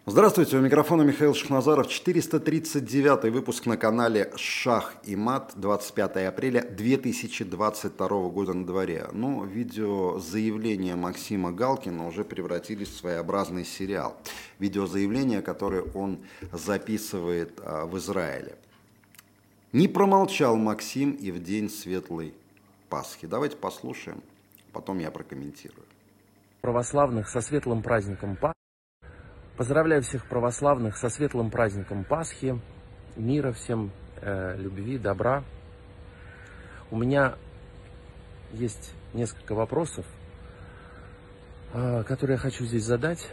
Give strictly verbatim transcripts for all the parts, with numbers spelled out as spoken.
Здравствуйте, у микрофона Михаил Шахназаров, четыреста тридцать девятый выпуск на канале «Шах и мат», двадцать пятое апреля две тысячи двадцать второго года на дворе. Ну, видеозаявления Максима Галкина уже превратились в своеобразный сериал. Видеозаявления, которые он записывает а, в Израиле. Не промолчал Максим и в день Светлой Пасхи. Давайте послушаем, потом я прокомментирую. Православных со светлым праздником Пасхи. Поздравляю всех православных со светлым праздником Пасхи, мира всем, э, любви, добра. У меня есть несколько вопросов, э, которые я хочу здесь задать.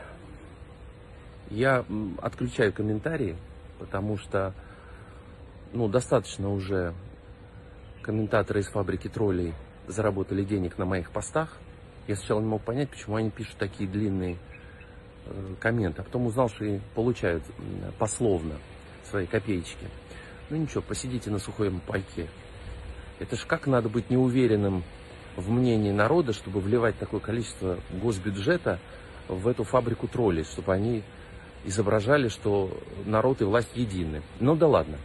Я м, отключаю комментарии, потому что ну, достаточно уже комментаторы из фабрики троллей заработали денег на моих постах. Я сначала не мог понять, почему они пишут такие длинные коммент, а потом узнал, что и получают пословно свои копеечки. Ну ничего, посидите на сухом пайке. Это ж как надо быть неуверенным в мнении народа, чтобы вливать такое количество госбюджета в эту фабрику троллей, чтобы они изображали, что народ и власть едины. Ну да ладно.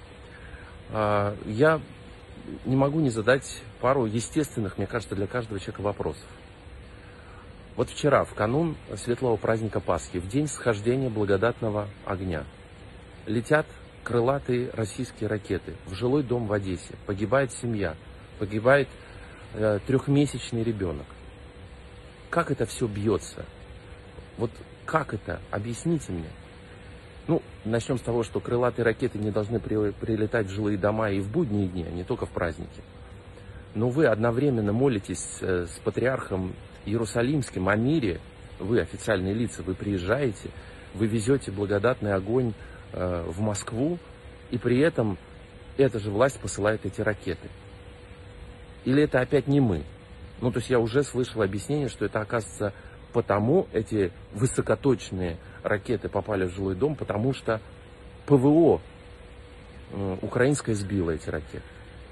Я не могу не задать пару естественных, мне кажется, для каждого человека вопросов. Вот вчера, в канун светлого праздника Пасхи, в день схождения благодатного огня, летят крылатые российские ракеты в жилой дом в Одессе. Погибает семья, погибает э, трехмесячный ребенок. Как это все бьется? Вот как это? Объясните мне. Ну, начнем с того, что крылатые ракеты не должны при, прилетать в жилые дома и в будние дни, а не только в праздники. Но вы одновременно молитесь э, с патриархом Иерусалимским о мире, вы официальные лица, вы приезжаете, вы везете благодатный огонь э, в Москву, и при этом эта же власть посылает эти ракеты. Или это опять не мы? Ну, то есть я уже слышал объяснение, что это, оказывается, потому эти высокоточные ракеты попали в жилой дом, потому что ПВО э, украинское сбило эти ракеты.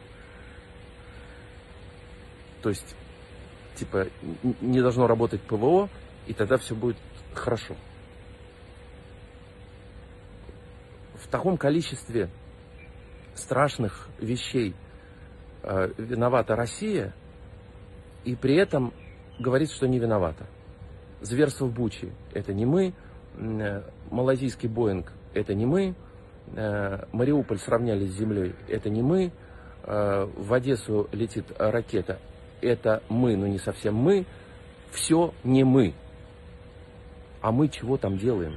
То есть типа, не должно работать ПВО, и тогда все будет хорошо. В таком количестве страшных вещей э, виновата Россия, и при этом говорит, что не виновата. Зверство в Буче – это не мы, э, малазийский Боинг – это не мы, э, Мариуполь сравняли с землей – это не мы, э, в Одессу летит ракета – это мы, но не совсем мы, все не мы. А мы чего там делаем?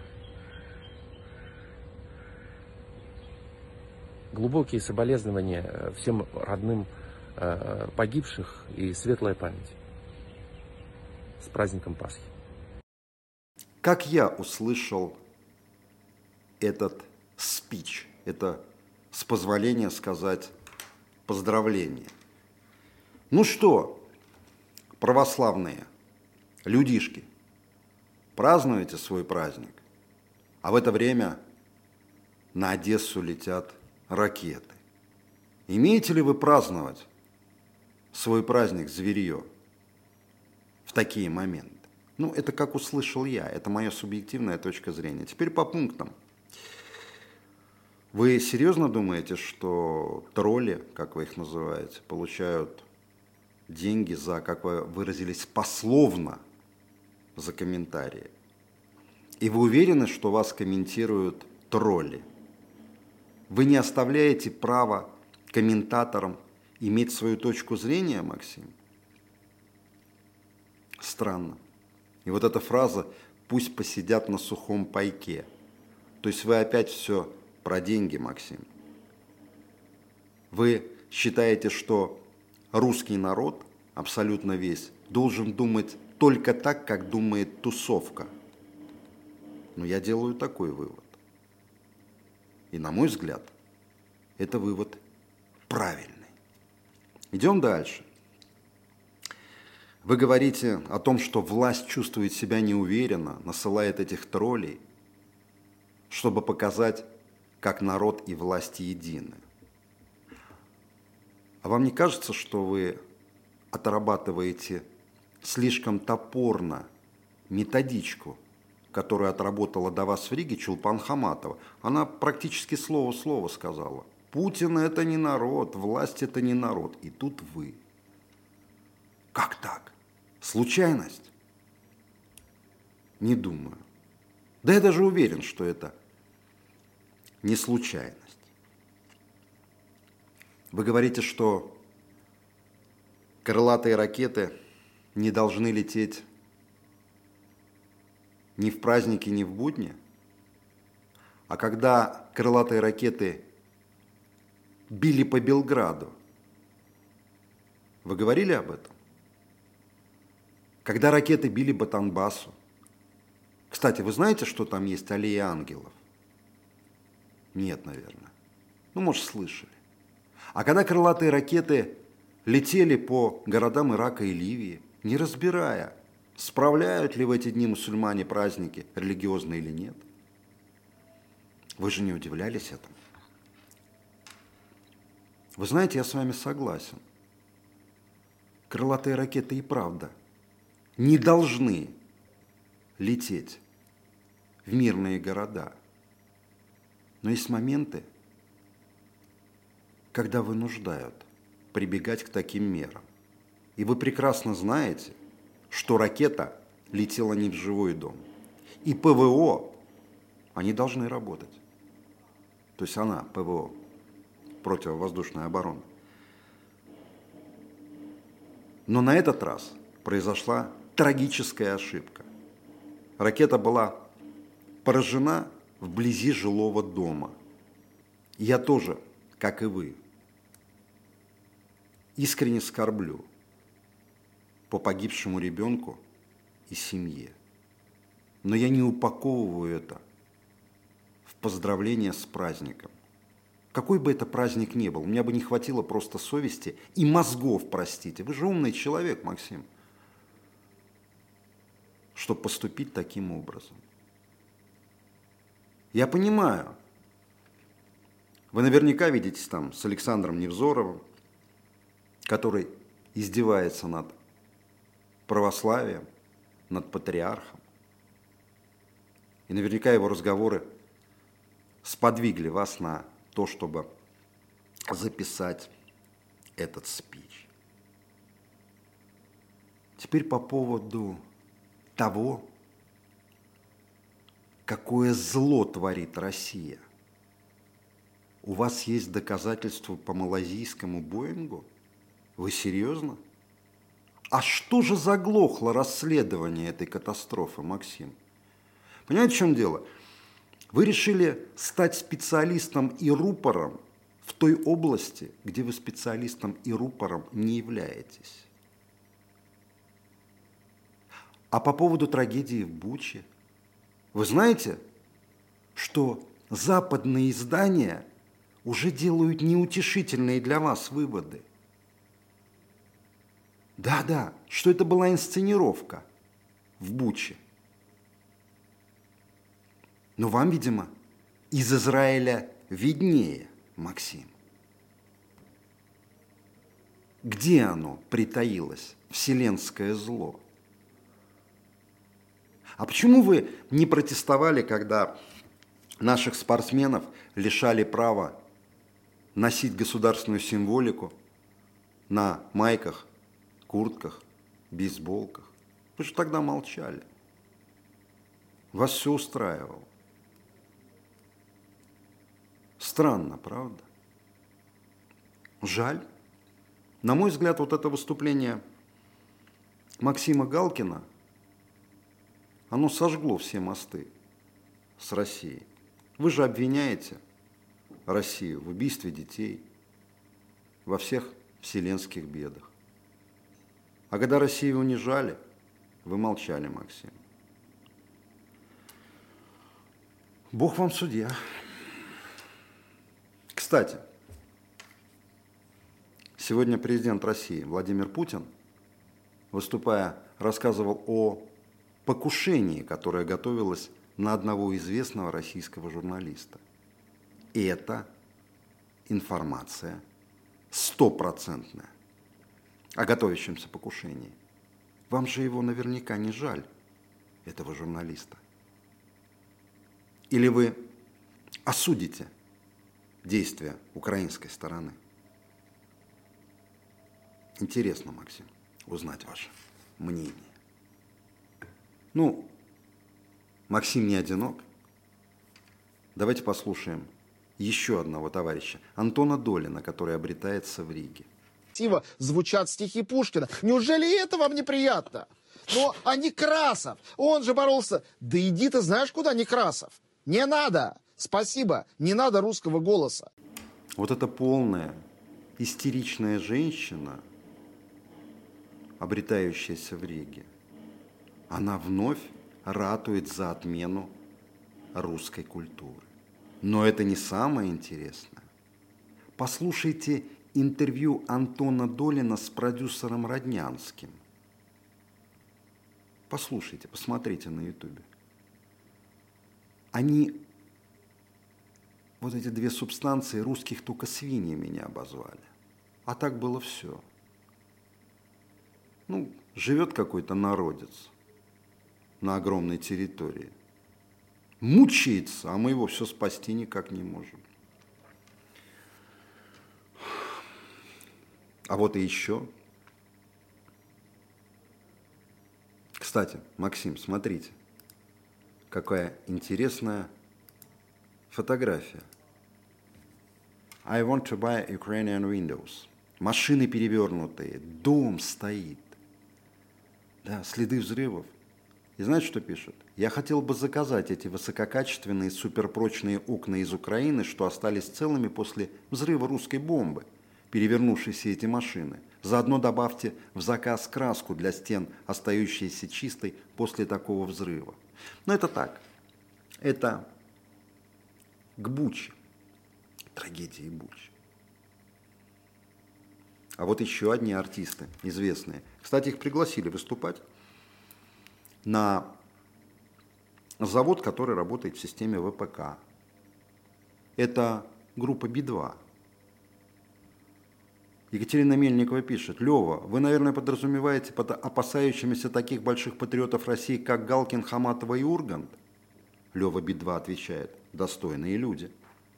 Глубокие соболезнования всем родным э, погибших и светлая память. С праздником Пасхи. Как я услышал этот спич, это, с позволения сказать, поздравление. Ну что, православные людишки, празднуете свой праздник, а в это время на Одессу летят ракеты. Имеете ли вы праздновать свой праздник зверье в такие моменты? Ну, это как услышал я, это моя субъективная точка зрения. Теперь по пунктам. Вы серьезно думаете, что тролли, как вы их называете, получают деньги за, как вы выразились, пословно за комментарии? И вы уверены, что вас комментируют тролли? Вы не оставляете права комментаторам иметь свою точку зрения, Максим? Странно. И вот эта фраза «пусть посидят на сухом пайке». То есть вы опять все про деньги, Максим. Вы считаете, что русский народ, абсолютно весь, должен думать только так, как думает тусовка. Но я делаю такой вывод. И, на мой взгляд, это вывод правильный. Идем дальше. Вы говорите о том, что власть чувствует себя неуверенно, насылает этих троллей, чтобы показать, как народ и власть едины. А вам не кажется, что вы отрабатываете слишком топорно методичку которую отработала до вас в Риге Чулпан Хаматова. Она практически слово в слово сказала: Путин – это не народ, власть – это не народ. И тут вы. Как так? Случайность? Не думаю. Да я даже уверен, что это не случайность. Вы говорите, что крылатые ракеты не должны лететь ни в праздники, ни в будни. А когда крылатые ракеты били по Белграду, вы говорили об этом? Когда ракеты били по Донбассу. Кстати, вы знаете, что там есть аллея ангелов? Нет, наверное. Ну, может, слышали. А когда крылатые ракеты летели по городам Ирака и Ливии, не разбирая, справляют ли в эти дни мусульмане праздники, религиозные или нет, вы же не удивлялись этому? Вы знаете, я с вами согласен. Крылатые ракеты и правда не должны лететь в мирные города. Но есть моменты, когда вынуждают прибегать к таким мерам. И вы прекрасно знаете, что ракета летела не в живой дом. И ПВО, они должны работать. То есть она, ПВО, противовоздушная оборона. Но на этот раз произошла трагическая ошибка. Ракета была поражена вблизи жилого дома. Я тоже, как и вы, искренне скорблю по погибшему ребенку и семье. Но я не упаковываю это в поздравление с праздником. Какой бы это праздник ни был, у меня бы не хватило просто совести и мозгов, простите. Вы же умный человек, Максим, чтобы поступить таким образом. Я понимаю, вы наверняка видитесь там с Александром Невзоровым, который издевается над православием, над патриархом. И наверняка его разговоры сподвигли вас на то, чтобы записать этот спич. Теперь по поводу того, какое зло творит Россия. У вас есть доказательства по малайзийскому Боингу? Вы серьезно? А что же заглохло расследование этой катастрофы, Максим? Понимаете, в чем дело? Вы решили стать специалистом и рупором в той области, где вы специалистом и рупором не являетесь. А по поводу трагедии в Буче, вы знаете, что западные издания уже делают неутешительные для вас выводы? Да-да, что это была инсценировка в Буче. Но вам, видимо, из Израиля виднее, Максим. Где оно притаилось, вселенское зло? А почему вы не протестовали, когда наших спортсменов лишали права носить государственную символику на майках, куртках, бейсболках? Вы же тогда молчали. Вас все устраивало. Странно, правда? Жаль. На мой взгляд, вот это выступление Максима Галкина, оно сожгло все мосты с Россией. Вы же обвиняете Россию в убийстве детей, во всех вселенских бедах. А когда Россию унижали, вы молчали, Максим. Бог вам судья. Кстати, сегодня президент России Владимир Путин, выступая, рассказывал о покушении, которое готовилось на одного известного российского журналиста. И это информация стопроцентная о готовящемся покушении. Вам же его наверняка не жаль, этого журналиста. Или вы осудите действия украинской стороны? Интересно, Максим, узнать ваше мнение. Ну, Максим не одинок. Давайте послушаем еще одного товарища, Антона Долина, который обретается в Риге. Красиво звучат стихи Пушкина. Неужели это вам неприятно? Но а Некрасов, он же боролся. Да иди ты знаешь куда, Некрасов. Не надо. Спасибо. Не надо русского голоса. Вот эта полная, истеричная женщина, обретающаяся в Риге, она вновь ратует за отмену русской культуры. Но это не самое интересное. Послушайте интервью Антона Долина с продюсером Роднянским. Послушайте, посмотрите на ютубе. Они, вот эти две субстанции, русских только свиньями не обозвали. А так было все. Ну, живет какой-то народец на огромной территории. Мучается, а мы его все спасти никак не можем. А вот и еще. Кстати, Максим, смотрите, какая интересная фотография. I want to buy Ukrainian windows. Машины перевернутые, дом стоит. Да, следы взрывов. И знаете, что пишут? Я хотел бы заказать эти высококачественные суперпрочные окна из Украины, что остались целыми после взрыва русской бомбы, перевернувшей все эти машины. Заодно добавьте в заказ краску для стен, остающейся чистой после такого взрыва. Но это так. Это к Буче. Трагедии Бучи. А вот еще одни артисты известные. Кстати, их пригласили выступать на завод, который работает в системе вэ пэ ка. Это группа би два. Екатерина Мельникова пишет: Лева, вы, наверное, подразумеваете под опасающимися таких больших патриотов России, как Галкин, Хаматова и Ургант? Лева би два отвечает: достойные люди.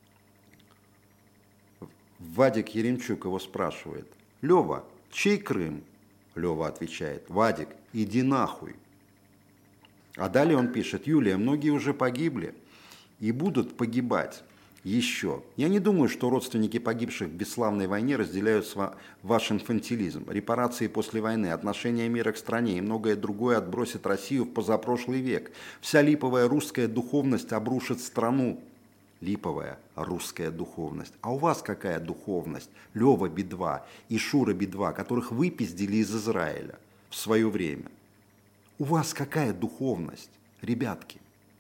Вадик Еремчук его спрашивает: Лева, чей Крым? Лева отвечает: Вадик, иди нахуй. А далее он пишет: Юлия, многие уже погибли и будут погибать еще. Я не думаю, что родственники погибших в бесславной войне разделяют ваш инфантилизм. Репарации после войны, отношение мира к стране и многое другое отбросит Россию в позапрошлый век. Вся липовая русская духовность обрушит страну. Липовая русская духовность. А у вас какая духовность? Лева би два и Шура би два, которых выпиздили из Израиля в свое время. У вас какая духовность, ребятки?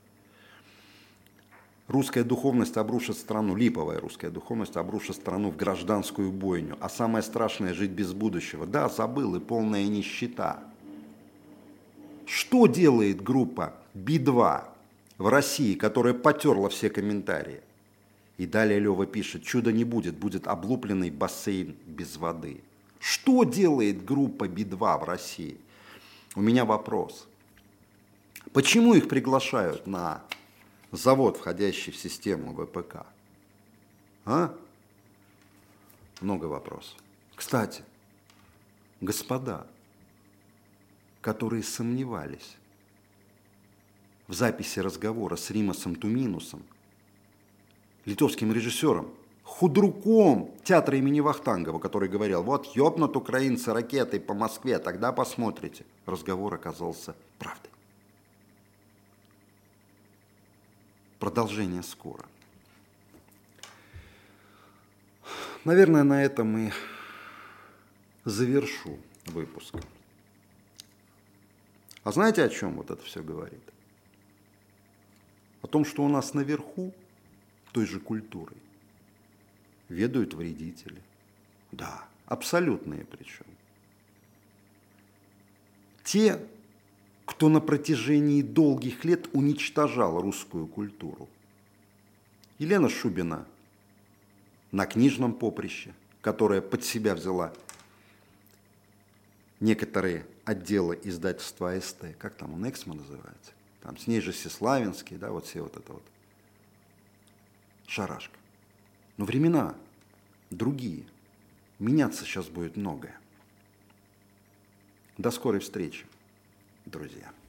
Русская духовность обрушит страну, липовая русская духовность обрушит страну в гражданскую бойню. А самое страшное – жить без будущего. Да, забыл, и полная нищета. Что делает группа би два в России, которая потерла все комментарии? И далее Лева пишет: чуда не будет, будет облупленный бассейн без воды. Что делает группа би два в России? У меня вопрос. Почему их приглашают на завод, входящий в систему вэ пэ ка? А? Много вопросов. Кстати, господа, которые сомневались в записи разговора с Римасом Туминусом, литовским режиссером, худруком театра имени Вахтангова, который говорил: вот ёбнут украинцы ракетой по Москве, тогда посмотрите. Разговор оказался правдой. Продолжение скоро. Наверное, на этом и завершу выпуск. А знаете, о чем вот это все говорит? О том, что у нас наверху той же культурой ведают вредители. Да, абсолютные причем. Те, кто на протяжении долгих лет уничтожал русскую культуру. Елена Шубина на книжном поприще, которая под себя взяла некоторые отделы издательства а эс тэ, как там он, Эксмо называется, там с ней же Сеславинский, да, вот все вот это вот шарашка. Но времена другие. Меняться сейчас будет многое. До скорой встречи, друзья.